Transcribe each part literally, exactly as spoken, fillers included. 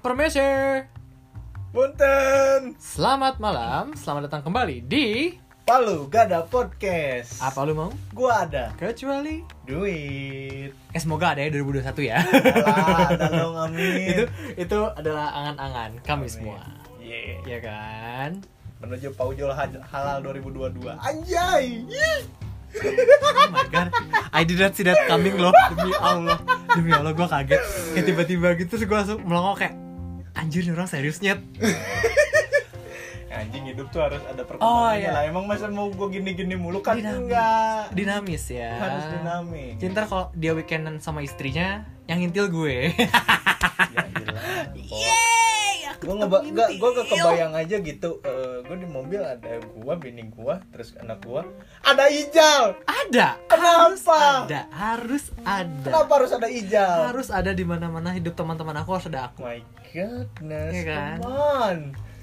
Permisi. Punten. Selamat malam, selamat datang kembali di Palu Gada Podcast. Apa lu mau? Gua ada Kecuali duit. Eh semoga ada ya dua ribu dua puluh satu ya. Alah, ada dong, amin. Itu itu adalah angan-angan kami Amin. semua. Yeah. Ya kan? Menuju Paujol Halal dua ribu dua puluh dua. Anjay. Oh my god, I did not see that coming loh. Demi Allah, demi Allah gue kaget. Kayak tiba-tiba gitu terus gue langsung melongo kayak anjir nih orang serius nyet. Anjing, hidup tuh harus ada Oh, perkembangannya iya. lah. Emang masa mau gue gini-gini mulu kan Dinamis. enggak. Dinamis ya. Harus dinamis. Jadi ntar kalau dia weekendan sama istrinya, yang ngintil gue. Ya gila. Yeay, aku Gue tetap nggak gue gue ngintil. kebayang aja gitu. Uh, gue di mobil ada gua, bini gua, terus anak gua. Ada Ijal. Ada. Kenapa? Harus ada. Harus ada. Kenapa harus ada Ijal? Harus ada di mana-mana hidup teman-teman aku harus ada aku. My goodness, Iya kan? come on.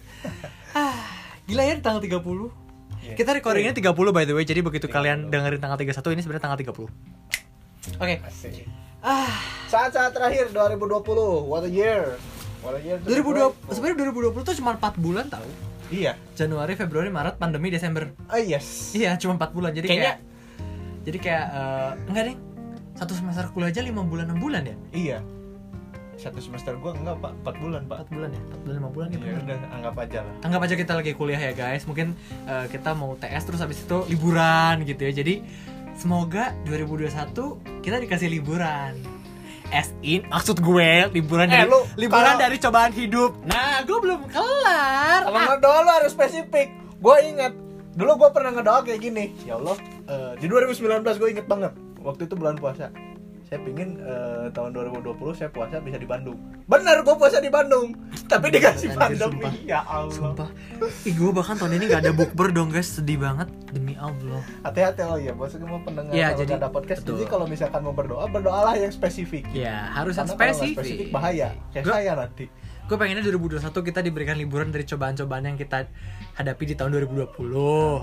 Ah, gila ya tanggal tiga puluh. Yeah. Kita recordingnya tiga puluh by the way. Jadi begitu tiga puluh. kalian dengerin tanggal tiga puluh satu ini sebenarnya tanggal tiga puluh. Oke. Asik. Ah, Saat-saat terakhir dua ribu dua puluh, what a year. What a year. to dua ribu dua puluh be grateful. sebenarnya dua ribu dua puluh tuh cuma empat bulan tahu. Iya. Januari, Februari, Maret, pandemi, Desember. Ah, yes. Iya, cuma empat bulan. Jadi Kayaknya- kayak Jadi kayak eh, enggak deh. Satu semester kuliah aja lima bulan enam bulan ya? Iya. Satu semester gua enggak, Pak, empat bulan, Pak. empat bulan ya? empat bulan lima bulan ya. Ya bener. udah, anggap aja lah. Anggap aja kita lagi kuliah ya guys. Mungkin eh, kita mau T S terus habis itu liburan gitu ya. Jadi semoga dua ribu dua puluh satu kita dikasih liburan. As in, maksud gue liburan Eh, dari lu, liburan kalau- dari cobaan hidup. Nah, gue belum kelar. Kalau ngedoa lu harus spesifik. Gua ingat dulu gua pernah ngedoa kayak gini. Ya Allah, eh, di dua ribu sembilan belas gue inget banget. Waktu itu bulan puasa. Saya pingin eh, tahun dua ribu dua puluh saya puasa bisa di Bandung. Bener, gue puasa di Bandung. Tapi dikasih Anjir, pandemi. sumpah. Ya Allah. Sumpah. Ih, gue bahkan tahun ini gak ada bukber dong guys. Sedih banget. Demi Allah. Hati-hati loh ya, bos semua pendengar Iya, kalau jadi- nggak ada podcast. betul. Jadi kalau misalkan mau berdoa, berdoalah yang spesifik. Ya, harus yang Karena kalau nggak spesifik. spesifik bahaya. Kayak Gua- saya nanti. Gue pengennya dua ribu dua puluh satu kita diberikan liburan dari cobaan-cobaan yang kita hadapi di tahun dua ribu dua puluh.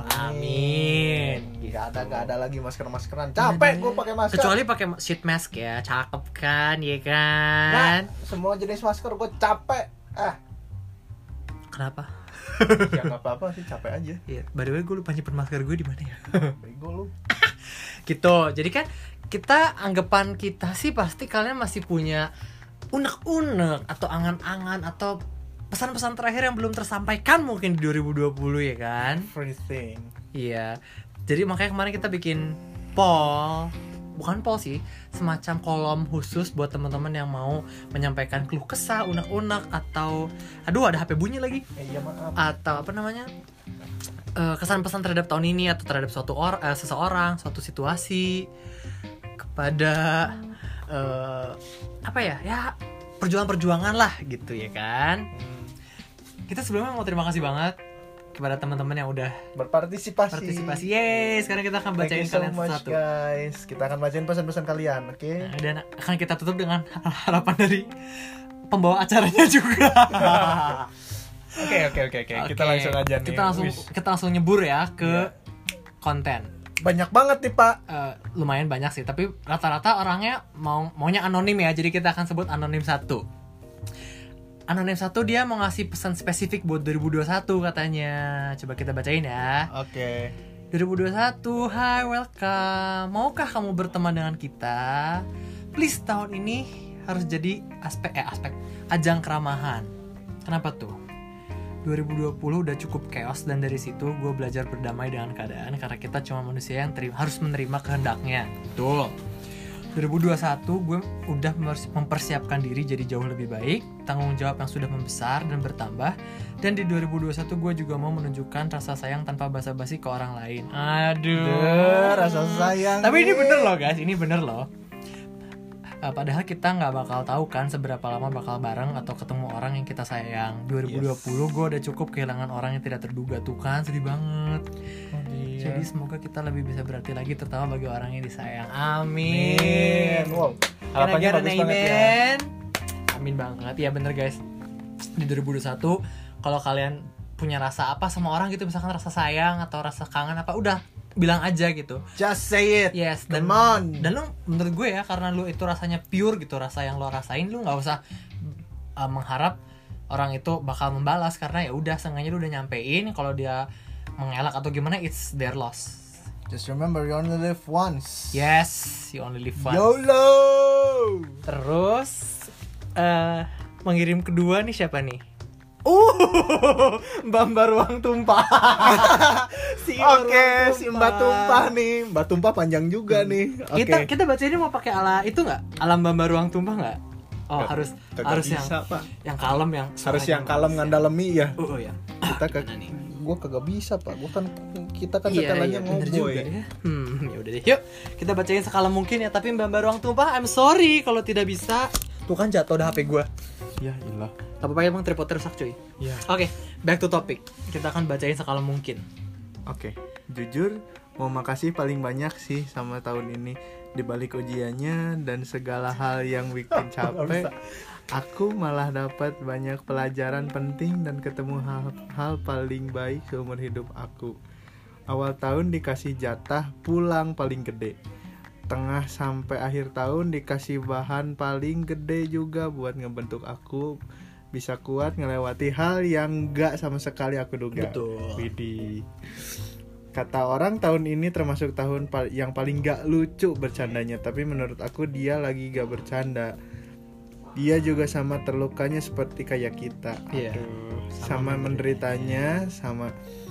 Amin. Gak ada, gak ada lagi masker-maskeran. Capek gue pakai masker. Kecuali pakai sheet mask ya, cakep kan, ya Nah, kan? semua jenis masker gue capek. Ah, Kenapa? ya nggak apa-apa sih, capek aja. Ya, by the way gue lupa nyimpen masker gue di mana ya. Bego lu. Gitu. Jadi kan kita anggapan kita sih pasti kalian masih punya unek-unek atau angan-angan atau pesan-pesan terakhir yang belum tersampaikan mungkin di dua ribu dua puluh ya kan? Everything. Iya. Jadi makanya kemarin kita bikin poll, bukan poll sih, semacam kolom khusus buat teman-teman yang mau menyampaikan keluh kesah, unek-unek atau aduh ada H P bunyi lagi. Eh, iya maaf. Atau apa namanya? Eh, kesan-pesan terhadap tahun ini atau terhadap suatu or eh, seseorang, suatu situasi kepada eh, apa ya? Ya perjuangan-perjuangan lah gitu ya kan. Hmm, Kita sebelumnya mau terima kasih banget kepada teman-teman yang udah berpartisipasi. partisipasi. Yeay, sekarang kita akan Thank bacain you so kalian much, satu. guys. Kita akan bacain pesan-pesan kalian, oke? Nah, dan akan kita tutup dengan harapan dari pembawa acaranya juga. Oke, oke, oke, oke. Kita Oke, langsung aja nih. Kita langsung Wis. kita langsung nyebur ya ke Iya. konten. Banyak banget nih, Pak. Eh, lumayan banyak sih, tapi rata-rata orangnya mau maunya anonim ya, jadi kita akan sebut anonim satu. Anonim satu dia mau ngasih pesan spesifik buat dua ribu dua puluh satu katanya. Coba kita bacain ya. Oke. dua ribu dua puluh satu, hi welcome. Maukah kamu berteman dengan kita? Please tahun ini harus jadi aspek eh aspek ajang keramahan. Kenapa tuh? dua ribu dua puluh udah cukup chaos dan dari situ gue belajar berdamai dengan keadaan karena kita cuma manusia yang terima, harus menerima kehendaknya. Betul. dua ribu dua puluh satu gue udah mempersiapkan diri jadi jauh lebih baik, tanggung jawab yang sudah membesar dan bertambah, dan di dua ribu dua puluh satu gue juga mau menunjukkan rasa sayang tanpa basa-basi ke orang lain. Aduh, Duh, rasa sayang. tapi ini nih. bener loh guys, ini bener loh. Uh, padahal kita nggak bakal tahu kan seberapa lama bakal bareng atau ketemu orang yang kita sayang. dua ribu dua puluh gue udah cukup kehilangan orang yang tidak terduga tuh kan, sedih banget. Oh, iya. Jadi semoga kita lebih bisa berarti lagi, terutama bagi orang yang disayang. Amin. Amin. Wow. Harapannya Can I get bagus an banget ya. amen? Amin banget. Ya bener guys. Di dua ribu dua puluh satu kalau kalian punya rasa apa sama orang gitu, misalkan rasa sayang atau rasa kangen apa, udah bilang aja gitu. Just say it. Yes, dan Come on. dan lu menurut gue ya, karena lu itu rasanya pure gitu, rasa yang lo rasain, lu nggak usah uh, mengharap orang itu bakal membalas, karena ya udah sengaja lu udah nyampein. Kalau dia mengelak atau gimana, it's their loss. Just remember you only live once. Yes, you only live once. YOLO. Terus uh, mengirim kedua nih siapa nih? Uh, Mbak Ruang Tumpah. si Oke, okay, si Mbak Tumpah nih. Mbak Tumpah panjang juga hmm. nih. Oke. Okay. Kita kita baca ini mau pakai ala itu nggak? Ala Mbak Ruang Tumpah nggak? Oh, gak, harus gak harus bisa, yang Pak. Yang kalem yang harus yang kalem ngandalemi ya. Oh, oh ya. Kita ke gua kagak bisa, Pak. Gua kan kita kan iya, setelahnya iya, ngoboy. Ya. Hmm, ya udah deh. Yuk, kita bacain sekalem mungkin ya, tapi Mbak Ruang Tumpah, I'm sorry kalau tidak bisa. Tuh kan jatuh dah H P gua. Ya ilah. Apa apa emang tripod rusak cuy. Ya. Oke, okay, back to topic. Kita akan bacain sekalem mungkin. Oke, okay. Jujur mau makasih paling banyak sih sama tahun ini. Di balik ujiannya dan segala hal yang bikin capek, aku malah dapat banyak pelajaran penting dan ketemu hal-hal paling baik seumur hidup aku. Awal tahun dikasih jatah pulang paling gede. Tengah sampai akhir tahun dikasih bahan paling gede juga buat ngebentuk aku bisa kuat ngelewati hal yang gak sama sekali aku duga. Betul. Widih. Kata orang tahun ini termasuk tahun yang paling gak lucu bercandanya, tapi menurut aku dia lagi gak bercanda. Dia juga sama terlukanya seperti kayak kita. Iya. Aduh, sama, sama menderitanya, sama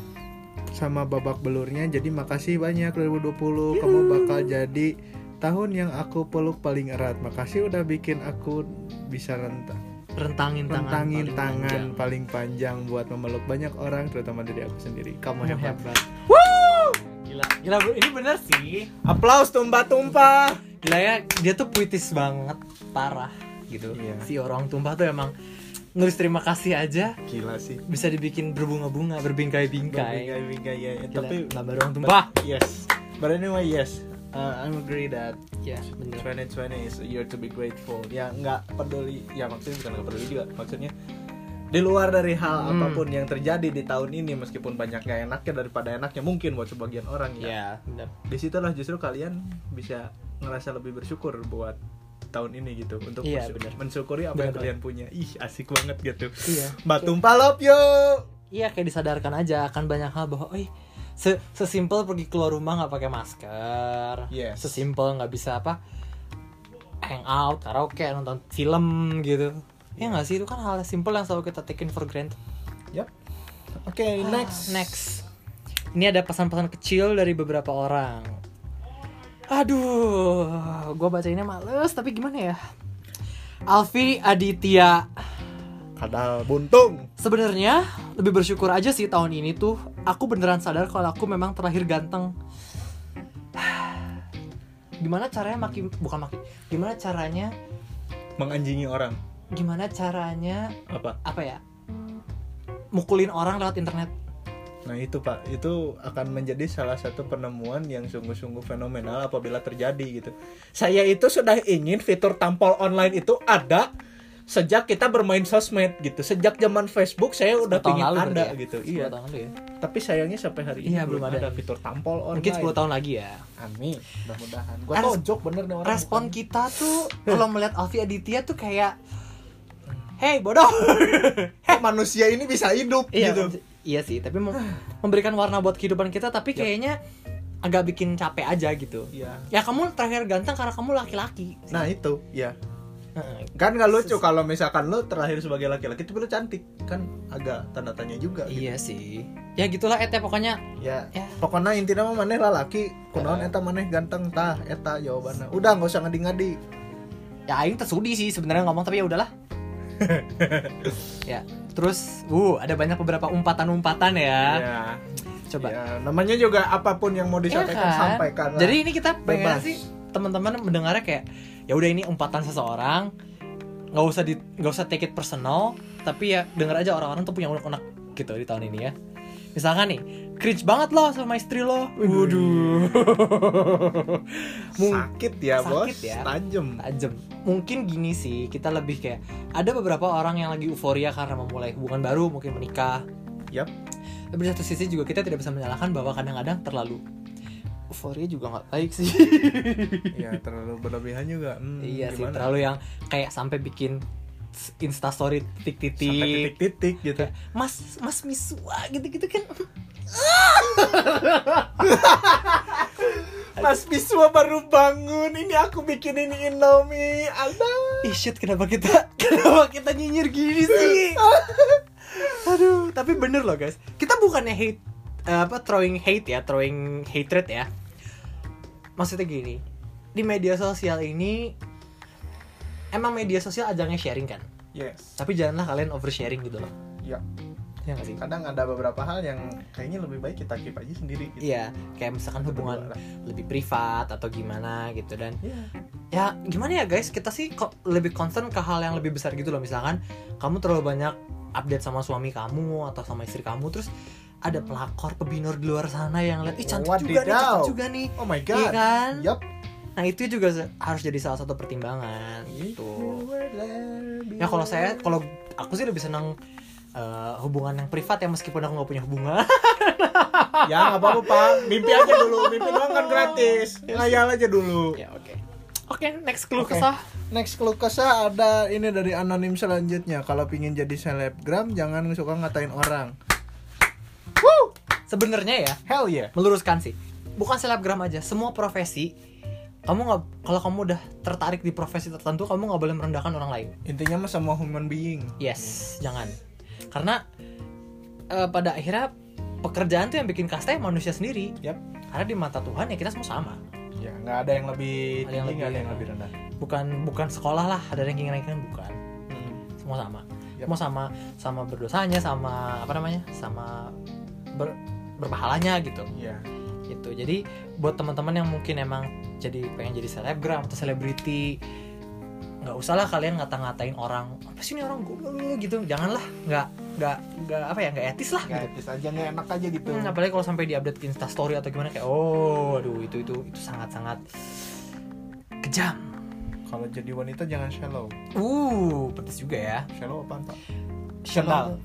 sama babak belurnya. Jadi makasih banyak dua ribu dua puluh. Kamu bakal jadi tahun yang aku peluk paling erat. Makasih udah bikin aku bisa rentang rentangin tangan rentangin paling tangan panjang. paling panjang buat memeluk banyak orang, terutama diri aku sendiri. Kamu Oh, hebat. hebat. Woo! Gila, gila bro, ini bener sih. Aplaus tumpah-tumpah. Gila ya, dia tuh puitis banget, parah gitu. Iya. Si orang tumpah tuh emang nulis terima kasih aja Gila sih. bisa dibikin berbunga-bunga, berbingkai-bingkai. Berbingkai-bingkai ya. Gila, Tapi nambah orang tumpah. yes. But anyway, yes. Uh, I agree that Ya, bener. twenty twenty is a year to be grateful. Ya nggak peduli, ya maksudnya bukan nggak peduli juga. Maksudnya di luar dari hal Hmm. apapun yang terjadi di tahun ini, meskipun banyak gak enaknya daripada enaknya mungkin buat sebagian orang ya. Ya, bener. Disitulah justru kalian bisa ngerasa lebih bersyukur buat tahun ini gitu, untuk Iya, bersyukur, bener. mensyukuri apa Bener, yang kalian punya. Ih, asik banget gitu. Iya. Mbak Tumpah love you. Iya, kayak disadarkan aja akan banyak hal bahwa, oh, se sesimpel pergi keluar rumah nggak pakai masker, Yes. sesimpel nggak bisa apa hangout, karaoke, nonton film gitu. Ya nggak sih, itu kan hal simpel yang selalu kita taken for granted. Yap. Oke, okay, next. Next. Ini ada pesan-pesan kecil dari beberapa orang. Aduh, gue bacainnya males, tapi gimana ya? Alfi Aditya. Kadal buntung. Sebenarnya lebih bersyukur aja sih tahun ini tuh. Aku beneran sadar kalau aku memang terlahir ganteng. Gimana caranya makin bukan makin. Gimana caranya Menganjingi orang. Gimana caranya Apa? apa ya? Mukulin orang lewat internet. Nah itu Pak, itu akan menjadi salah satu penemuan yang sungguh-sungguh fenomenal apabila terjadi gitu. Saya itu sudah ingin fitur tampol online itu ada sejak kita bermain sosmed gitu. Sejak zaman Facebook saya udah pengen ada ya? Gitu. Iya. Tahun lalu ya. Tapi sayangnya sampai hari ini Iya, belum belum ada. ada fitur tampol online. Mungkin sepuluh tahun lagi ya. Amin, mudah-mudahan. Gua Res- tojok bener nih orang. Respon bukan. kita tuh kalau melihat Alfi Aditya tuh kayak, hey bodoh. Kok manusia ini bisa hidup Iya, gitu. iya sih, tapi mem- memberikan warna buat kehidupan kita, tapi kayaknya agak bikin capek aja gitu. Iya. Ya kamu terakhir ganteng karena kamu laki-laki. Nah itu, ya. Heeh. Kan nggak lucu kalau misalkan lu terlahir sebagai laki-laki tapi lu cantik, kan agak tanda tanya juga. Gitu. Iya sih. Ya gitulah eta pokoknya. Ya, Ya. pokoknya intinya mah maneh lalaki, kunaon Ya. eta maneh ganteng tah, eta jawabannya. Udah nggak usah ngadi-ngadi. Ya aing tersudi sih sebenarnya ngomong, tapi ya udahlah. Ya, terus uh ada banyak beberapa umpatan-umpatan ya. Ya. Coba. Ya, namanya juga apapun yang mau Iya disampaikan kan? sampaikan. lah. Jadi ini kita pengen Bebas. sih teman-teman mendengarnya kayak ya udah ini umpatan seseorang, nggak usah di nggak usah take it personal, tapi ya denger aja orang-orang tuh punya unek-unek gitu di tahun ini ya. Misalkan nih, cringe banget lo sama istri lo. Waduh. sakit ya, Bos. Sakit ya. Tajem. Tajem. Mungkin gini sih, kita lebih kayak ada beberapa orang yang lagi euforia karena memulai hubungan baru, mungkin menikah. Yap. Tapi di satu sisi juga kita tidak bisa menyalahkan bahwa kadang-kadang terlalu euforia juga nggak baik sih. Ya, terlalu berlebihan juga. Hmm, Iya sih, gimana? terlalu yang kayak sampai bikin instastory sampai titik-titik titik-titik gitu. Mas Mas Misua gitu-gitu kan. Mas Biswa baru bangun, ini aku bikin ini Indomie. Aduh. Ih shit, kenapa kita kenapa kita nyinyir gini sih? Aduh, tapi bener loh guys. Kita bukannya hate eh, apa throwing hate ya, throwing hatred ya. Maksudnya gini, di media sosial ini emang media sosial ajangnya sharing kan. Yes. Tapi janganlah kalian oversharing gitu loh. Ya. Ya nggak sih? Kadang ada beberapa hal yang kayaknya lebih baik kita keep aja sendiri gitu. Iya, kayak misalkan hubungan Berdua lah. lebih privat atau gimana gitu. Dan Iya. ya gimana ya guys, kita sih kok lebih concern ke hal yang lebih besar gitu loh. Misalkan kamu terlalu banyak update sama suami kamu atau sama istri kamu, terus ada pelakor pebinor di luar sana yang lihat ih cantik juga nih, Wadidaw. cantik juga nih. Oh my god. Iya kan? Yup. Nah itu juga se- harus jadi salah satu pertimbangan gitu. Ya kalau saya, kalau aku sih lebih senang uh, hubungan yang privat ya, meskipun aku nggak punya hubungan. Ya nggak apa-apa Pak, mimpi aja dulu, mimpi doang kan gratis, ngayal aja dulu. Ya oke. Oke, next clue Oke. kesah. Next keluh kesah ada ini dari anonim selanjutnya. Kalau pingin jadi selebgram jangan suka ngatain orang. Woo! Sebenarnya ya, Hell yeah. meluruskan sih, bukan selebgram aja, semua profesi kamu nggak, kalau kamu udah tertarik di profesi tertentu, kamu nggak boleh merendahkan orang lain. Intinya mah semua human being. Yes, jangan, karena eh, pada akhirnya pekerjaan tuh yang bikin kasta ya manusia sendiri. Yap. Karena di mata Tuhan ya kita semua sama. Ya nggak ada yang lebih Ada yang tinggi, lebih- nggak ada yang lebih rendah. Bukan bukan sekolah lah, ada ranking-rankingan bukan. Hmm. Semua sama. Yap. Semua sama, sama berdosanya, sama apa namanya, sama ber, berpahalanya gitu. Iya. Gitu. Jadi buat teman-teman yang mungkin emang jadi pengen jadi selebgram atau selebriti, nggak usah lah kalian ngata-ngatain orang, apa sih ini orang gue gitu, janganlah, nggak nggak nggak apa ya, nggak etis lah Nggak gitu. etis aja, nggak enak aja gitu. Hmm, apalagi kalau sampai diupdate ke Instastory atau gimana, kayak oh aduh itu itu itu sangat-sangat kejam. Kalau jadi wanita jangan shallow. Uh pedes juga ya. Shallow apaan Pak? Shallow,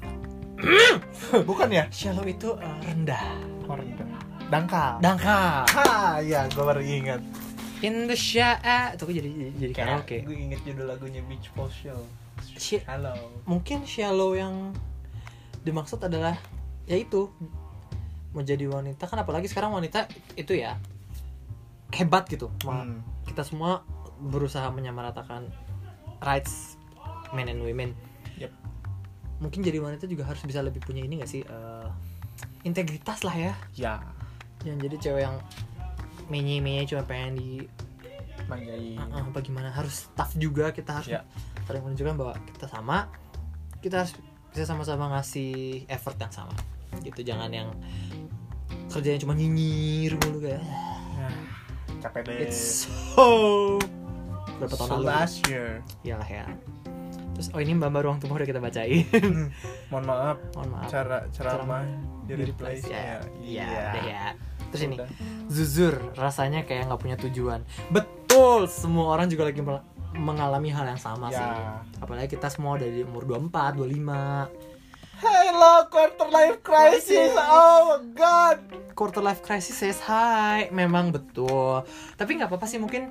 Bukan ya? shallow itu uh, rendah, Oh, rendah. Dangkal. dangkal. Ha, ya, gue baru ingat. In the shower itu jadi jadi, jadi karaoke. Gue inget judul lagunya Beach Ball Show. Shit. Halo. Mungkin shallow yang dimaksud adalah ya itu, mau jadi wanita kan, apalagi sekarang wanita itu ya hebat gitu. Ma- Hmm. Kita semua berusaha menyamaratakan rights men and women. Yep. Mungkin jadi wanita juga harus bisa lebih punya ini nggak sih, eh, integritas lah ya. Ya. Jangan jadi cewek yang menye-menye cuma pengen di Manjain. uh, uh, apa gimana, harus tough juga. Kita harus Ya. saling menunjukkan bahwa kita sama, kita harus bisa sama-sama ngasih effort yang sama gitu. Jangan yang kerjanya cuma nyinyir mulu kayak Nah, capek deh. it's so berapa tahun So lalu last year. iyalah ya. Terus oh ini Mbak Mbak Ruang Tumpah udah kita bacain. Mohon maaf. Mohon maaf. Cara ceramah di Di replace replace, ya. Iya, udah ya. Terus ini Udah. zuzur, rasanya kayak nggak punya tujuan. Betul, semua orang juga lagi mel- mengalami hal yang sama Ya. sih. Apalagi kita semua dari umur dua puluh empat, dua puluh lima. Hello, quarter life crisis. Oh my god. Quarter life crisis says hi. Memang betul. Tapi nggak apa-apa sih, mungkin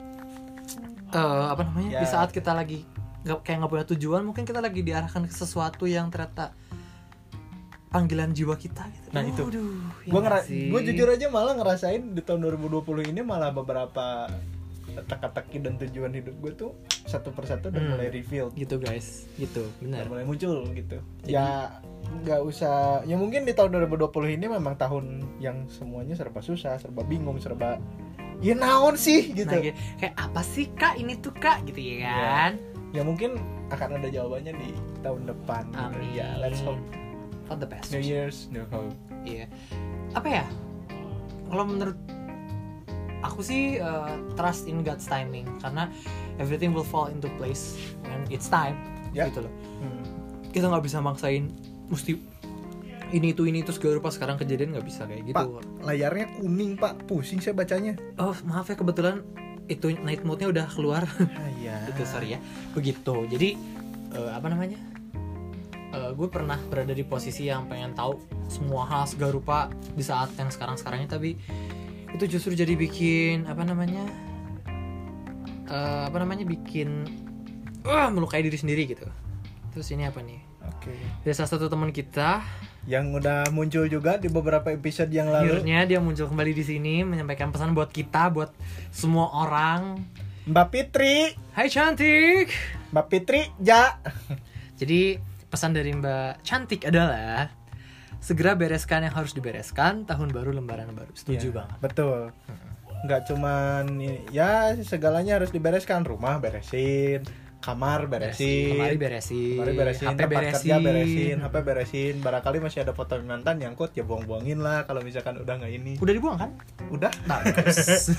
eh, apa namanya? Ya. Di saat kita lagi nggak kayak nggak punya tujuan, mungkin kita lagi diarahkan ke sesuatu yang ternyata panggilan jiwa kita gitu. Nah, itu. Aduh, ya Gue nggak ngera- sih? gue jujur aja malah ngerasain di tahun dua ribu dua puluh ini malah beberapa teka-teki dan tujuan hidup gue tuh satu persatu udah Hmm. mulai reveal, gitu guys, gitu, udah benar. mulai muncul gitu. Jadi- Ya nggak usah, ya mungkin di tahun dua ribu dua puluh ini memang tahun yang semuanya serba susah, serba bingung, serba ya naon sih gitu. Nah, kayak, kayak apa sih kak ini tuh kak gitu ya kan? Ya mungkin akan ada jawabannya di tahun depan gitu. Amin. Ya let's hope. For the best. New Year's, new hope. Iya. Apa ya? Kalau menurut aku sih uh, trust in God's timing, karena everything will fall into place when it's time. Ya. Gitu loh. Hmm. Kita nggak bisa maksain mesti ini itu ini itu segala rupa, sekarang kejadian nggak bisa kayak gitu. Pak, layarnya kuning pak, pusing saya bacanya. Oh maaf ya, kebetulan itu night mode-nya udah keluar. Ah, iya. Itu sorry ya. Begitu. Jadi uh, apa namanya? Uh, gue pernah berada di posisi yang pengen tahu semua hal segala rupa di saat yang sekarang-sekarangnya, tapi itu justru jadi bikin apa namanya? Uh, apa namanya? Bikin uh, melukai diri sendiri gitu. Terus ini apa nih? Oke. Dari salah satu teman kita, yang udah muncul juga di beberapa episode yang lalu. akhirnya dia muncul kembali di sini menyampaikan pesan buat kita, buat semua orang. Mbak Fitri, Hai cantik. Mbak Fitri, ja. Jadi pesan dari Mbak Cantik adalah segera bereskan yang harus dibereskan, tahun baru lembaran baru. Setuju Ya, banget. betul. Nggak cuman ya segalanya harus dibereskan, rumah beresin, kamar beresin, Kemari beresin, Kemarin beresin, H P tempat beresin. kerja beresin, H P beresin. Barangkali masih ada foto mantan nyangkut, ya buang-buangin lah kalau misalkan udah nggak ini. Udah dibuang kan? Udah. Bagus.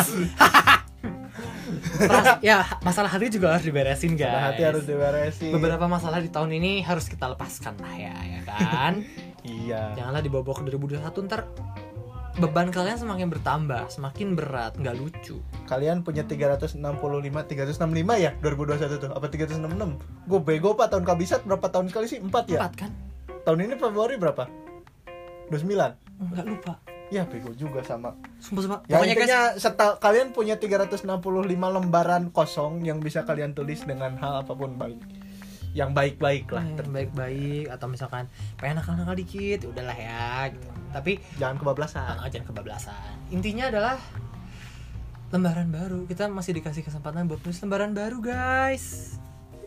Ras- ya masalah hati juga harus diberesin guys. Ada hati harus diberesin. Beberapa masalah di tahun ini harus kita lepaskan lah ya, ya kan? Iya. Janganlah dibawa ke dua ribu dua puluh satu, ntar beban kalian semakin bertambah, semakin berat, nggak lucu. Kalian punya tiga ratus enam puluh lima, tiga ratus enam puluh lima ya dua ribu dua puluh satu tuh? Apa tiga ratus enam puluh enam? Gue bego pak, tahun kabisat berapa tahun sekali sih? Empat ya? Empat kan? Tahun ini Februari berapa? dua puluh sembilan? Nggak lupa. Ya bego juga sama. Sumpah-sumpah. Ya Pokoknya intinya guys, seta- kalian punya tiga ratus enam puluh lima lembaran kosong yang bisa kalian tulis dengan hal apapun baik. Yang baik-baik lah. yang baik-baik atau misalkan pengen nakal-nakal dikit, ya udahlah ya gitu. Tapi Jangan kebablasan. ah, jangan kebablasan. Intinya adalah lembaran baru. Kita masih dikasih kesempatan buat nulis lembaran baru, guys.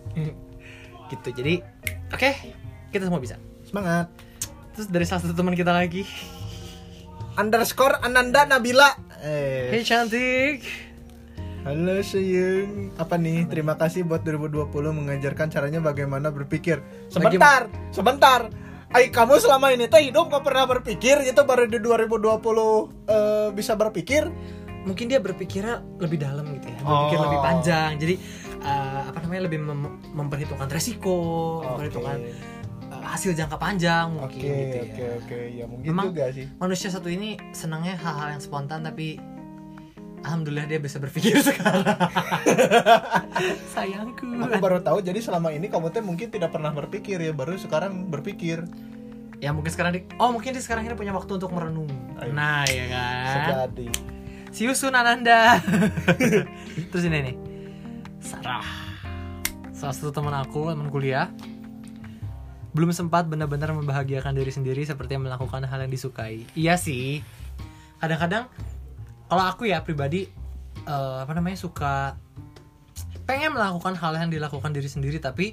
Gitu. Jadi, oke, kita semua bisa. Semangat. Terus dari salah satu teman kita lagi, Underscore Ananda Nabila. Eh. hey cantik. Halo sayang. Apa nih? Terima kasih buat dua ribu dua puluh mengajarkan caranya bagaimana berpikir. Sebentar, sebentar. Ay, kamu selama ini teh hidup gak pernah berpikir gitu, baru di dua ribu dua puluh uh, bisa berpikir. Mungkin dia berpikirnya lebih dalam gitu ya, berpikir Oh. lebih panjang. Jadi uh, apa namanya lebih mem- memperhitungkan resiko, Oke. memperhitungkan uh, hasil jangka panjang Oke, mungkin gitu ya. oke, oke. Ya mungkin Memang- juga sih. Manusia satu ini senangnya hal-hal yang spontan, tapi alhamdulillah dia bisa berpikir sekarang. Sayangku. Aku baru tahu, jadi selama ini kamu teh mungkin tidak pernah berpikir ya, baru sekarang berpikir. Ya mungkin sekarang di, oh mungkin dia sekarang ini punya waktu untuk merenung. Ayo. Nah ya kan. Sejadi. See you soon Ananda. Terus ini nih, Sarah, salah satu teman aku, teman kuliah, belum sempat benar-benar membahagiakan diri sendiri seperti melakukan hal yang disukai. Iya sih, kadang-kadang kalau aku ya pribadi eh, apa namanya suka pengen melakukan hal yang dilakukan diri sendiri, tapi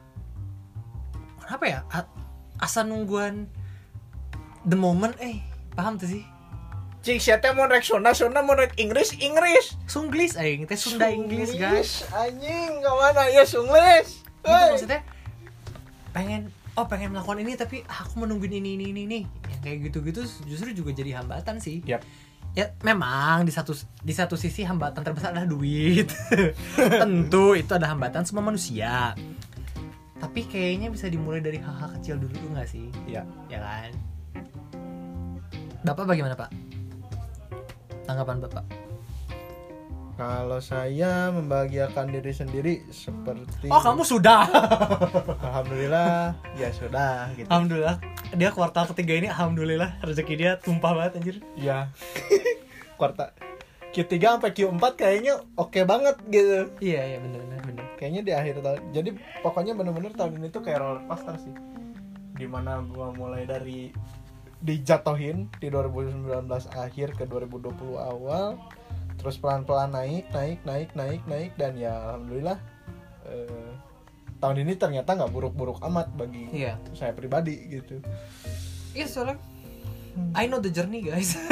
apa ya, a- asa nungguan the moment, eh paham tuh sih? Cik, siapa mau rek Sunda, Sunda mau rek Inggris, Inggris. Sunglis aing teh Sunda Inggris guys. Anjing, kemana ya Sunglis? Gitu Hei. maksudnya pengen oh pengen melakukan ini tapi aku menungguin ini ini ini nih. Yang kayak gitu-gitu justru juga jadi hambatan sih. Yap. Ya memang di satu di satu sisi hambatan terbesar adalah duit. Tentu itu ada hambatan semua manusia. Tapi kayaknya bisa dimulai dari hal-hal kecil dulu nggak sih? Ya. Ya kan? Bapak bagaimana Pak? Tanggapan Bapak? Kalau saya membahagiakan diri sendiri seperti Oh kamu sudah. Alhamdulillah, ya sudah gitu. Alhamdulillah. Dia kuartal ketiga ini alhamdulillah rezeki dia tumpah banget anjir. Ya. Kuartal Q tiga sampai Q empat kayaknya oke banget gitu. Iya iya benar benar benar. Kayaknya di akhir tahun. Jadi pokoknya bener-bener tahun ini tuh kayak roller coaster sih. Dimana gua mulai dari dijatohin di dua ribu sembilan belas akhir ke dua ribu dua puluh awal, terus pelan-pelan naik, naik, naik, naik, naik, dan ya alhamdulillah eh, tahun ini ternyata nggak buruk-buruk amat bagi Iya. saya pribadi gitu. Iya soalnya I know the journey guys.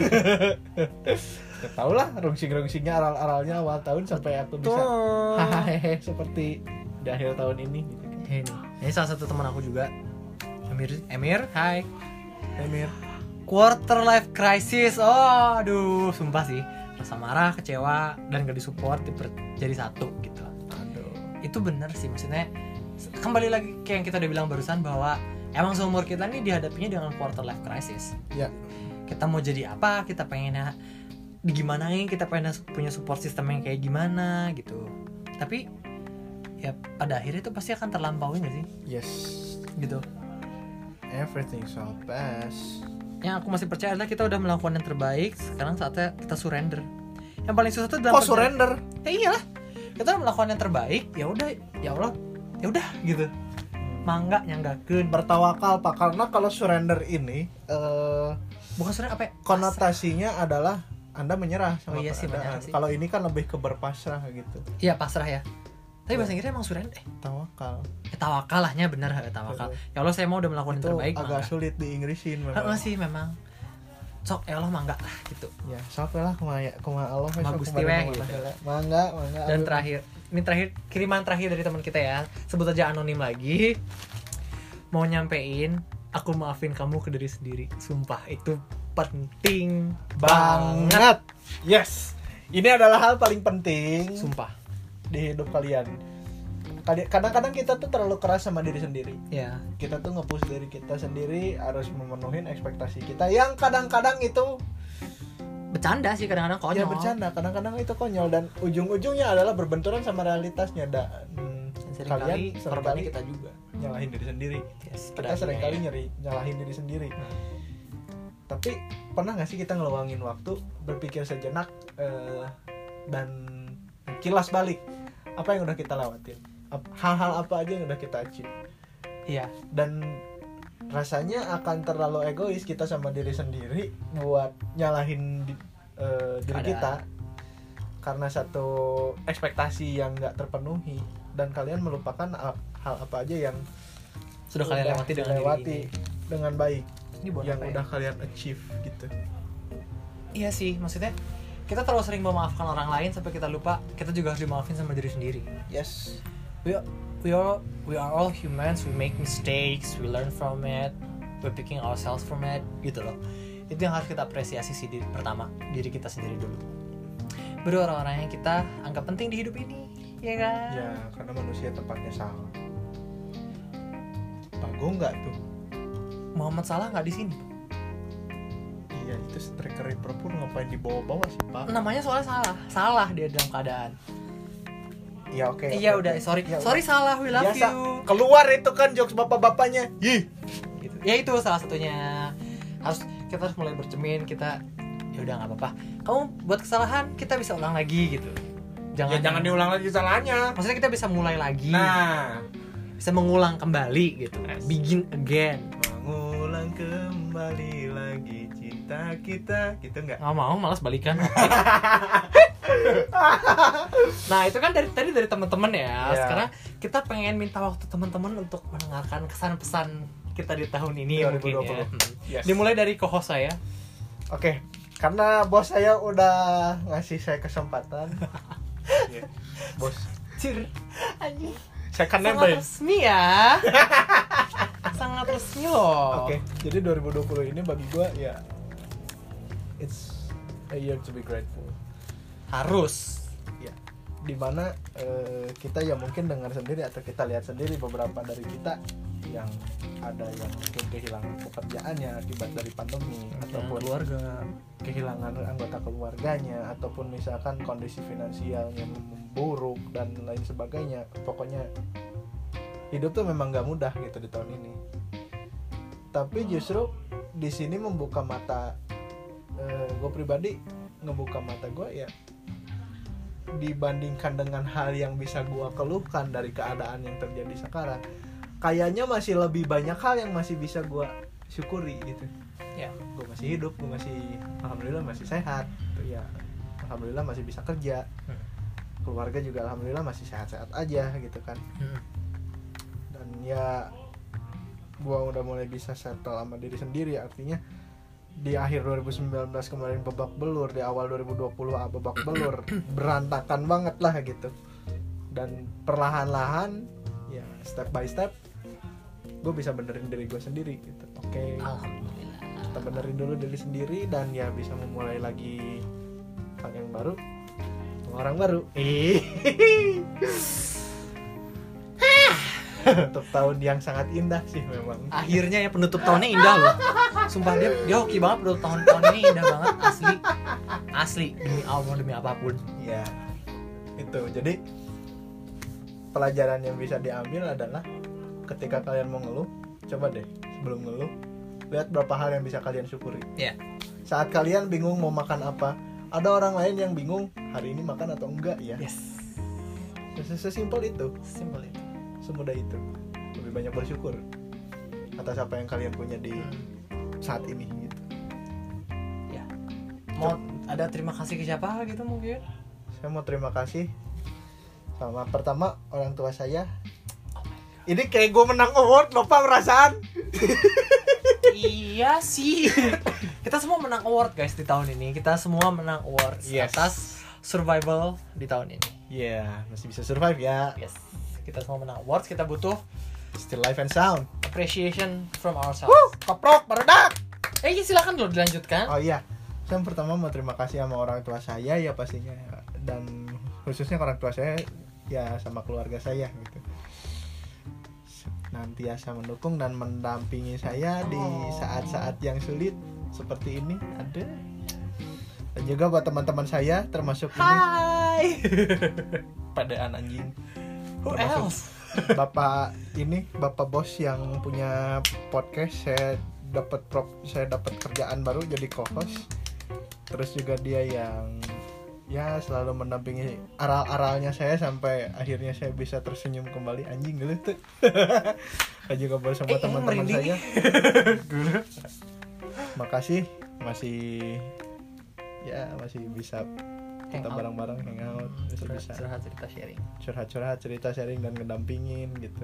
Gak tau lah rungsing-rungsingnya aral-aralnya awal tahun sampai aku bisa hahaha seperti di akhir tahun ini gitu. Ini, ini salah satu teman aku juga, Emir. Emir, hai. Emir, Quarter life crisis. Oh, aduh, sumpah sih. Rasa marah, kecewa, dan gak disupport diper- jadi satu gitu. aduh. Itu bener sih, maksudnya kembali lagi kayak yang kita udah bilang barusan bahwa emang seumur kita nih dihadapinya dengan quarter life crisis. Ya, Kita mau jadi apa, kita pengennya digimanain, kita pengen punya support system yang kayak gimana gitu. Tapi ya pada akhirnya itu pasti akan terlampaui gak sih? yes. Gitu. Everything shall pass. Yang aku masih percaya adalah kita udah melakukan yang terbaik. Sekarang saatnya kita surrender. Yang paling susah tuh dalam Kok surrender? Ya iyalah. Kita udah melakukan yang terbaik, ya udah, ya Allah, ya udah gitu. mangga nyanggakeun. Bertawakal Pak, karena kalau surrender ini eh Bukan surrender apa ya? konotasinya adalah Anda menyerah sama Oh iya sih, keadaan. benar sih. Kalau ini kan lebih ke berpasrah gitu. Iya pasrah ya. Tapi bahasa Inggrisnya emang surrender. Eh, Tawakal. eh tawakal lahnya bener eh, tawakal. Ya Allah saya mau udah melakukan yang Itu terbaik. agak mangga. sulit di Inggrisin Heeh memang. sih memang. Sok ya Allah mangga lah gitu. Ya, sampai lah kumaha kumaha Allah Kumaha sok Gusti kumaha we, mana gitu. heula. Mangga, mangga. Dan aduh. terakhir, ini terakhir kiriman terakhir dari teman kita ya. Sebut aja anonim lagi. Mau nyampein aku maafin kamu ke diri sendiri. Sumpah itu penting banget. banget. Yes. Ini adalah hal paling penting Sumpah. di hidup kalian. Kali- Kadang-kadang kita tuh terlalu keras sama diri sendiri. Ya. Kita tuh nge-push diri kita sendiri harus memenuhi ekspektasi kita yang kadang-kadang itu Bercanda sih kadang-kadang konyol. ya bercanda, kadang-kadang itu konyol dan ujung-ujungnya adalah berbenturan sama realitasnya. Dan Seringkali kalian korbannya seringkali kita juga. nyalahin diri sendiri. Yes, Kita pada seringkali akhirnya. nyeri nyalahin diri sendiri. Tapi pernah nggak sih kita ngeluangin waktu berpikir sejenak eh, dan kilas balik apa yang udah kita lewatin, Ap- hal-hal apa aja yang udah kita achieve, Iya. dan rasanya akan terlalu egois kita sama diri sendiri buat nyalahin di- eh, diri Keadaan. kita karena satu ekspektasi yang nggak terpenuhi, dan kalian melupakan ap- hal apa aja yang Sudah kalian lewati dengan diri dilewati ini. dengan baik, Ini buat yang apa ya? udah kalian achieve gitu. Iya sih, maksudnya kita terlalu sering memaafkan orang lain sampai kita lupa kita juga harus dimaafin sama diri sendiri. Yes. We are, we are we are all humans, we make mistakes, we learn from it, we picking ourselves from it, gitu loh. Itu yang harus kita apresiasi sih di, pertama diri kita sendiri dulu. Baru orang-orang yang kita anggap penting di hidup ini, ya kan? Ya, karena manusia tempatnya salah. Bagus nggak tuh? Muhammad Salah nggak di sini. Iya, itu striker Liverpool ngapain dibawa-bawa sih, Pak? Namanya soalnya salah, salah dia dalam keadaan. Iya, oke. Iya oke, udah, oke. sorry, Ya, sorry udah. salah, we love Biasa. you. Keluar itu kan jokes bapak-bapaknya. Yih. Gitu. Ya itu salah satunya. Harus kita harus mulai bercermin, kita ya udah nggak apa-apa. Kamu buat kesalahan, kita bisa ulang lagi gitu. Ya, jangan diulang lagi salahnya. Maksudnya kita bisa mulai lagi. Nah, Bisa mengulang kembali gitu. Begin again. mengulang kembali lagi cinta kita, gitu nggak? Nggak mau, malas balikan. Nah itu kan dari tadi dari teman-teman ya. Ya. Sekarang kita pengen minta waktu teman-teman untuk mendengarkan kesan-pesan kita di tahun ini dua ribu dua mungkin puluh. ya. Hmm. Yes. Dimulai dari co-host saya. Oke, karena bos saya udah ngasih saya kesempatan. Iya. Bos, Cir, anjing. saya kan Sangat nebeng. resmi ya. Sangat resmi loh. Oke, jadi dua ribu dua puluh ini bagi gue ya it's a year to be grateful. Harus. Ya, dimana eh, kita ya mungkin dengar sendiri atau kita lihat sendiri beberapa dari kita yang ada yang mungkin kehilangan pekerjaannya akibat dari pandemi, ataupun keluarga. kehilangan anggota keluarganya, ataupun misalkan kondisi finansialnya memburuk dan lain sebagainya. Pokoknya hidup tuh memang gak mudah gitu di tahun ini. Tapi justru di sini membuka mata eh, gue pribadi, ngebuka mata gue ya, dibandingkan dengan hal yang bisa gue keluhkan dari keadaan yang terjadi sekarang, kayaknya masih lebih banyak hal yang masih bisa gue syukuri gitu. Ya. Gue masih hidup, gue masih alhamdulillah masih sehat, ya alhamdulillah masih bisa kerja, Hmm. keluarga juga alhamdulillah masih sehat-sehat aja gitu kan. Hmm. Dan ya gue udah mulai bisa settle sama diri sendiri, artinya di akhir dua ribu sembilan belas kemarin babak belur, di awal dua ribu dua puluh ah, babak belur, berantakan banget lah gitu. Dan perlahan-lahan ya step by step gue bisa benerin diri gue sendiri gitu. Oke, Alhamdulillah. kita benerin dulu diri sendiri dan ya bisa memulai lagi hal yang baru sama orang baru. Untuk tahun yang sangat indah sih memang. Akhirnya ya penutup tahunnya indah loh. Sumpah dia dia hoki banget penutup tahun tahun ini indah banget asli. Asli demi Allah demi apapun. Ya, itu. Jadi pelajaran yang bisa diambil adalah ketika kalian mau ngeluh, coba deh sebelum ngeluh lihat berapa hal yang bisa kalian syukuri. Ya. Saat kalian bingung mau makan apa, ada orang lain yang bingung hari ini makan atau enggak ya. Yes. Sesimpel itu, Simpel itu. semudah itu. lebih banyak bersyukur atas apa yang kalian punya di saat ini gitu. Ya. Mau ada terima kasih ke siapa gitu mungkin? Saya mau terima kasih sama pertama orang tua saya. Ini kayak gue menang award loh Pak perasaan. Iya sih. Kita semua menang award guys di tahun ini. Kita semua menang award Yes. atas survival di tahun ini. Iya, yeah, masih bisa survive ya. Yes. Kita semua menang awards. Kita butuh Still live and sound. appreciation from ourselves. Wuh, keprok, meredak. Eh, iya, silakan dulu dilanjutkan. Oh iya, saya pertama mau terima kasih sama orang tua saya ya pastinya, dan khususnya orang tua saya ya sama keluarga saya gitu. Nantiasa mendukung dan mendampingi saya di saat-saat yang sulit seperti ini. Ada. Dan juga buat teman-teman saya termasuk ini Hai. padaan anjing. Who Termasuk else? Bapak ini, bapak bos yang punya podcast, saya dapat prop, saya dapat kerjaan baru jadi co-host. Terus juga dia yang ya selalu mendampingi aral-aralnya saya sampai akhirnya saya bisa tersenyum kembali. Anjing geuleuh tuh. Dan juga buat semua Eh, teman-teman merinding. saya. Makasih masih ya masih bisa kita Hangout. bareng-bareng hangout, masih bisa Curhat cerita sharing. curhat-curhat, cerita sharing dan ngedampingin gitu.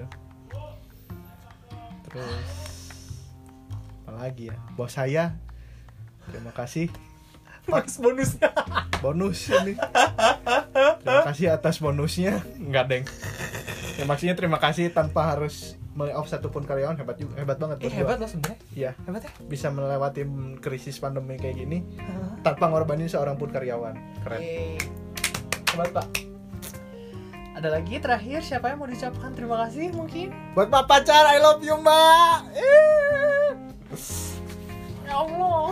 Terus apa lagi ya? Bos saya, terima kasih. Bonus bonusnya. Bonus ini. Terima kasih atas bonusnya. Enggak, Deng. Ya maksudnya terima kasih tanpa harus melayoff satupun karyawan. Hebat juga, hebat banget. Eh, bos hebat gua. loh sebenarnya. Iya, Hebat ya. bisa melewati krisis pandemi kayak gini tanpa ngorbanin seorang pun karyawan. Keren. Yeay. Hebat, Pak. Ada lagi terakhir siapa yang mau diucapkan terima kasih mungkin? Buat Mbak pacar, I love you, Mbak. Eh. Ya Allah.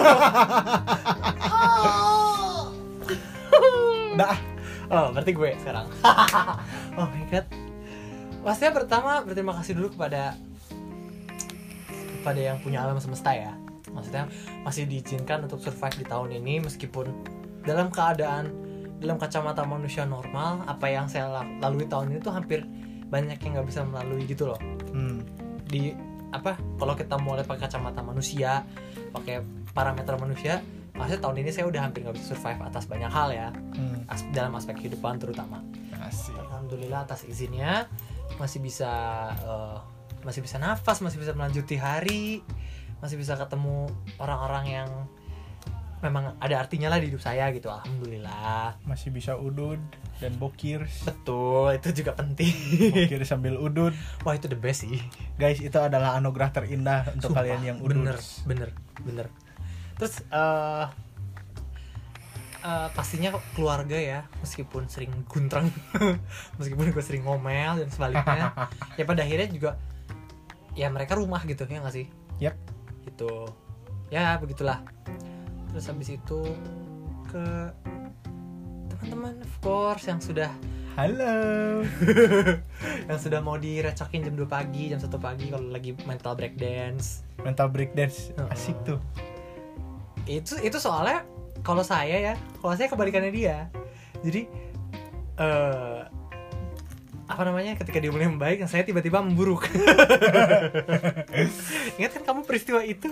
Udah. Oh, berarti gue sekarang. Oh my god. Pastinya pertama berterima kasih dulu kepada kepada yang punya alam semesta ya. Maksudnya masih diizinkan untuk survive di tahun ini meskipun dalam keadaan dalam kacamata manusia normal, apa yang saya lalui tahun ini tuh hampir banyak yang nggak bisa melalui gitu loh. Hmm. Di apa? Kalau kita mulai pakai kacamata manusia, pakai parameter manusia, maksudnya tahun ini saya udah hampir nggak bisa survive atas banyak hal ya, Hmm. as- dalam aspek kehidupan terutama. Asik. Alhamdulillah atas izinnya masih bisa uh, masih bisa nafas, masih bisa melanjuti hari, masih bisa ketemu orang-orang yang memang ada artinya lah di hidup saya gitu. Alhamdulillah. Masih bisa udud dan bokir. Betul, itu juga penting. Bokir sambil udud. Wah, itu the best sih. Guys, itu adalah anugerah terindah untuk Sumpah, kalian yang udud. bener, bener, bener. Terus uh, uh, pastinya keluarga ya, meskipun sering guntrang, meskipun gue sering ngomel dan sebaliknya, ya pada akhirnya juga ya mereka rumah gitu ya nggak sih? Yap. Gitu. Ya begitulah. Terus habis itu ke teman-teman of course yang sudah Halo. yang sudah mau direcokin jam dua pagi, jam satu pagi kalau lagi mental break dance. Mental breakdance. Asik tuh. Itu itu soalnya kalau saya ya, kalau saya kebalikannya dia. Jadi eh apa namanya, ketika dia mulai membaik, yang saya tiba-tiba memburuk. Ingat kan kamu peristiwa itu?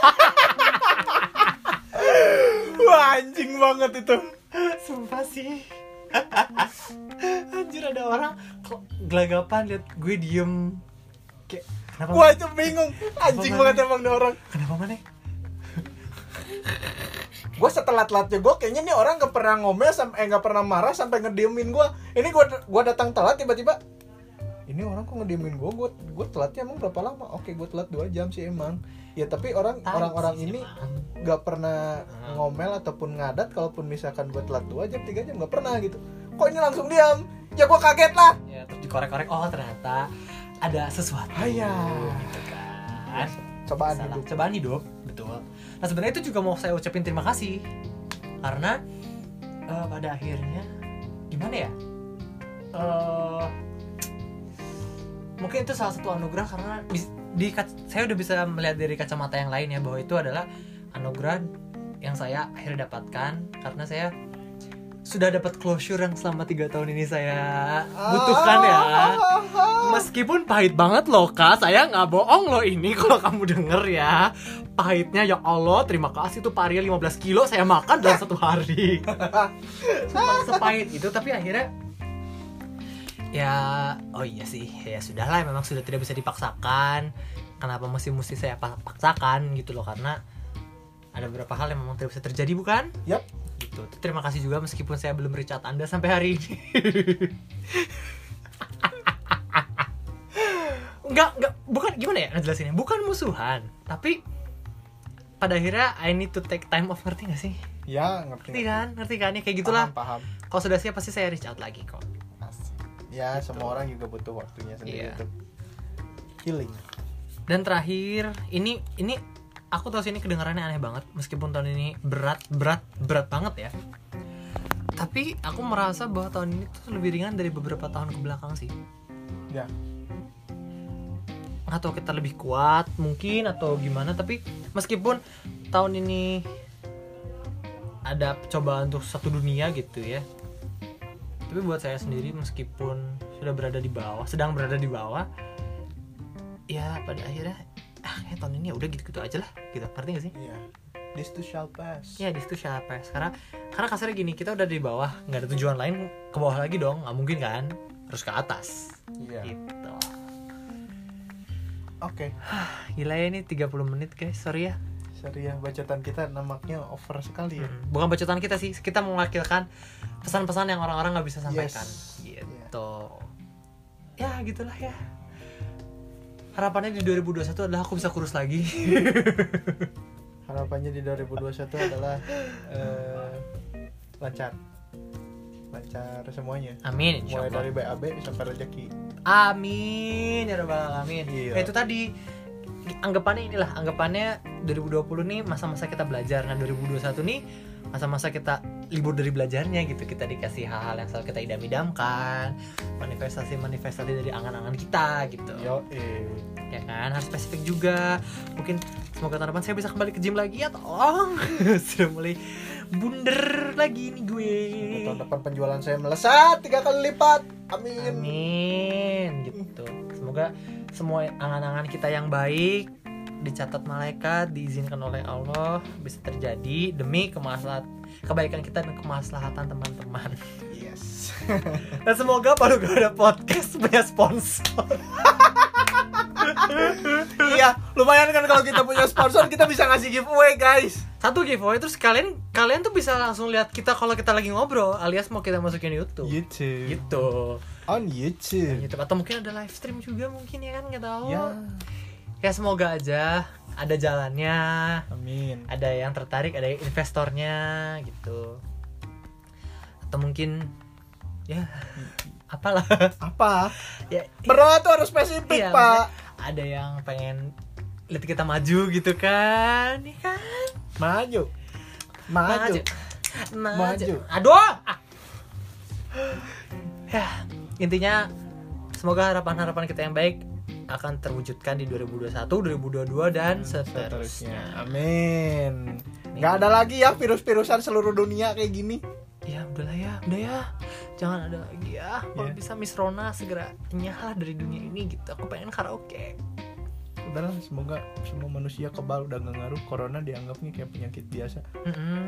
Wah, anjing banget itu. Sumpah sih. Anjir, ada orang kok gelagapan lihat gue diem. Kayak kenapa? Wah, itu bingung. Anjing Apa banget mana? emang nih orang. Kenapa mana? Gue setelat-telatnya gue kayaknya nih orang gak pernah ngomel sampai eh, gak pernah marah sampai ngediemin gue. Ini gue gue datang telat tiba-tiba. Ini orang kok ngediemin gue? Gue gue telatnya emang berapa lama? Oke, gue telat dua jam sih emang. Ya tapi orang Tai orang-orang sih, ini emang. gak pernah Hmm. ngomel ataupun ngadat kalaupun misalkan gue telat dua jam, tiga jam gak pernah gitu. Kok ini langsung diam? Ya gue kaget lah. Ya terus dikorek-korek, oh ternyata ada sesuatu. Ayah. Gitu kan. Cobaan Salah. hidup. Cobaan hidup, betul. Nah sebenarnya itu juga mau saya ucapin terima kasih karena eh, pada akhirnya gimana ya? Eh, mungkin itu salah satu anugerah karena di, di saya udah bisa melihat dari kacamata yang lain ya, bahwa itu adalah anugerah yang saya akhirnya dapatkan karena saya sudah dapat closure yang selama tiga tahun ini saya butuhkan ya. Meskipun pahit banget loh Kak, saya nggak bohong loh ini kalau kamu denger ya. Pahitnya ya Allah, terima kasih tuh Pak Arya lima belas kilo saya makan dalam satu hari. Sepahit itu, tapi akhirnya ya, oh iya sih, ya sudahlah, memang sudah tidak bisa dipaksakan. Kenapa mesti mesti saya paksakan gitu loh, karena ada beberapa hal yang memang tidak bisa terjadi, bukan? Yap. Gitu. Terima kasih juga meskipun saya belum reach out Anda sampai hari ini. Enggak, enggak, bukan gimana ya ngejelasinnya? Bukan musuhan, tapi pada akhirnya I need to take time off, ngerti gak sih? Ya, ngerti. Ngerti kan? Ngerti kan? Ya kayak gitulah. Paham, paham. Kalau sudah siap pasti saya reach out lagi kok. Ya, gitu. Semua orang juga butuh waktunya sendiri Iya. untuk healing. Dan terakhir, ini ini aku tahu sih ini kedengarannya aneh banget, meskipun tahun ini berat, berat, berat banget ya. Tapi aku merasa bahwa tahun ini tuh lebih ringan dari beberapa tahun ke belakang sih. Ya. Atau kita lebih kuat mungkin atau gimana, tapi meskipun tahun ini ada cobaan untuk satu dunia gitu ya, tapi buat saya sendiri meskipun sudah berada di bawah, sedang berada di bawah, ya pada akhirnya ah kayak tahun ini ya udah gitu-gitu aja lah gitu, ngerti gak sih? Iya. This too shall pass. Ya this too shall pass. Karena karena kasarnya gini, kita udah di bawah, nggak ada tujuan lain ke bawah lagi dong, nggak mungkin kan, harus ke atas. Iya. Gitu. Oke. Gila ya ini tiga puluh menit guys, sorry ya. Sorry ya, bacotan kita nampaknya over sekali ya. Hmm, bukan bacotan kita sih, kita mewakilkan pesan-pesan yang orang-orang nggak bisa sampaikan. Yes. Gitu. Ya gitulah ya. Harapannya di dua ribu dua puluh satu adalah aku bisa kurus lagi. Harapannya di dua ribu dua puluh satu adalah uh, lancar. Lancar semuanya. Amin, Mulai insyaallah. dari B A B sampai rezeki. Amin ya rabbal alamin. Iya. Nah, itu tadi anggapannya inilah, anggapannya dua ribu dua puluh nih masa-masa kita belajar, nah dua ribu dua puluh satu nih masa-masa kita libur dari belajarnya gitu. Kita dikasih hal-hal yang selalu kita idam-idamkan, manifestasi-manifestasi dari angan-angan kita gitu. Yo, eh. Ya kan, harus spesifik juga. Mungkin semoga tahun depan saya bisa kembali ke gym lagi ya, tolong. Sudah mulai bunder lagi nih gue. Tahun depan penjualan saya melesat tiga kali lipat. Amin. Amin gitu. Semoga semua angan-angan kita yang baik dicatat malaikat, diizinkan oleh Allah, bisa terjadi demi kemaslahat, kebaikan kita dan kemaslahatan teman-teman. Yes. Dan semoga Palu Gak Ada Podcast punya sponsor. Iya, lumayan kan kalau kita punya sponsor, kita bisa ngasih giveaway, guys. Satu giveaway, terus kalian kalian tuh bisa langsung lihat kita kalau kita lagi ngobrol, alias mau kita masukin YouTube. YouTube. Gitu. On YouTube. YouTube atau mungkin ada live stream juga mungkin ya kan, nggak tahu. Ya. Ya semoga aja ada jalannya. Amin. Ada yang tertarik, ada investornya gitu. Atau mungkin ya apalah. Apa? Ya Berdoa tuh harus spesifik, iya, Pak. ada yang pengen lihat kita maju gitu kan, nih kan? Maju. Maju. Maju. Maju. Aduh. Ah. Ya, intinya semoga harapan-harapan kita yang baik akan terwujudkan di dua ribu dua puluh satu, dua ribu dua puluh dua dan seterusnya. Amin. Gak ada lagi ya virus-virusan seluruh dunia kayak gini. Ya udahlah ya, udah ya. Jangan ada lagi ya. Kalau Yeah. bisa Miss Rona segera nyala dari dunia ini gitu. Aku pengen karaoke. Udahlah, semoga semua manusia kebal udah gak ngaruh. Corona dianggapnya kayak penyakit biasa. Mm-hmm.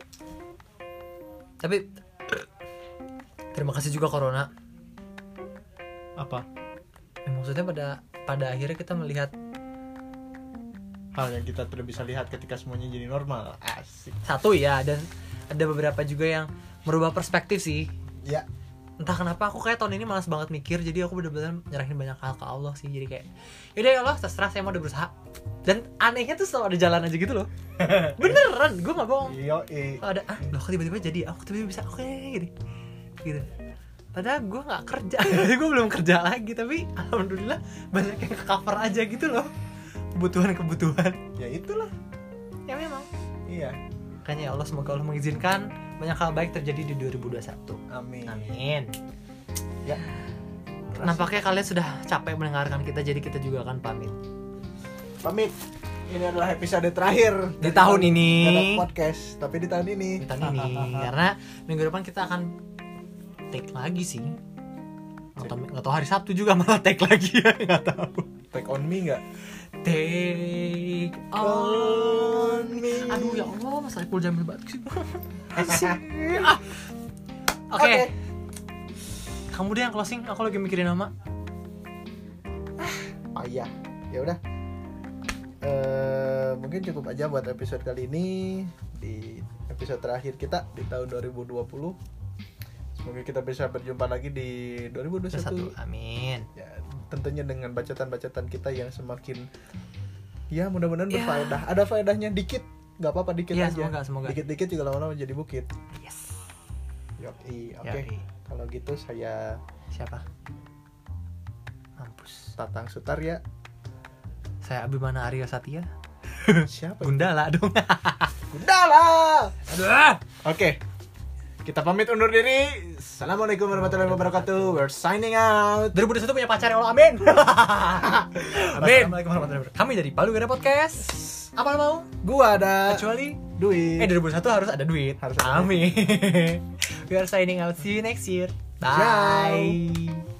Tapi terima kasih juga Corona. Apa? Ya, maksudnya pada pada akhirnya kita melihat Hal yang kita tidak bisa lihat ketika semuanya jadi normal. Asik. satu ya, dan ada beberapa juga yang merubah perspektif sih. Ya. Entah kenapa aku kayak tahun ini malas banget mikir, jadi aku benar-benar nyerahin banyak hal ke Allah sih. Jadi kayak yaudah ya Allah, terserah, saya mau udah berusaha. Dan anehnya tuh selalu ada jalan aja gitu loh. Beneran, gue gak bohong. Yo, eh. Kalau ada, ah loh kok tiba-tiba jadi, aku tiba-tiba bisa, oke gitu gitu. Padahal gue gak kerja, gue belum kerja lagi, tapi alhamdulillah banyak yang cover aja gitu loh, kebutuhan-kebutuhan. Ya itulah. Ya memang. Iya. Makanya ya Allah, semoga Allah mengizinkan banyak hal baik terjadi di dua ribu dua puluh satu. Amin. Amin. Ya. Nampaknya kalian sudah capek mendengarkan kita, jadi kita juga akan pamit. Pamit. ini adalah episode terakhir Di tahun ini. Garak Podcast, tapi di tahun ini. Di tahun ini karena minggu depan kita akan take lagi sih. Atau nggak tahu hari Sabtu juga malah take lagi ya, nggak tahu. Take on me nggak? Take on me. Aduh ya Allah, Mas Saiful Jamil banget sih. Ah. Oke. Oke. Kamu deh yang closing, aku lagi mikirin nama. Oh iya, ya udah. Eh, mungkin cukup aja buat episode kali ini, di episode terakhir kita di tahun dua ribu dua puluh. Semoga kita bisa berjumpa lagi di dua ribu dua puluh satu. Amin. Ya, tentunya dengan bacaan-bacaan kita yang semakin ya mudah-mudahan Ya. berfaedah. Ada faedahnya dikit, nggak apa-apa dikit Ya, aja. semoga, semoga. Dikit-dikit juga lama-lama jadi bukit. Yes. Yoki, oke. Yoi. Kalau gitu saya Siapa? Mampus. Tatang Sutarya. Saya Abimana Arya Satya. Siapa? Gundala dong. Gundala. Aduh. Oke. Kita pamit undur diri. Assalamualaikum warahmatullahi wabarakatuh. We're signing out. dua ribu dua puluh satu punya pacar ya Allah, amin. Amin. Assalamualaikum warahmatullahi wabarakatuh. Kami dari Palu Gara Podcast. Apa lo mau? Gua ada Kecuali duit. eh dua ribu dua puluh satu harus ada duit. Harus ada amin. We are signing out. See you next year. Bye. Ciao.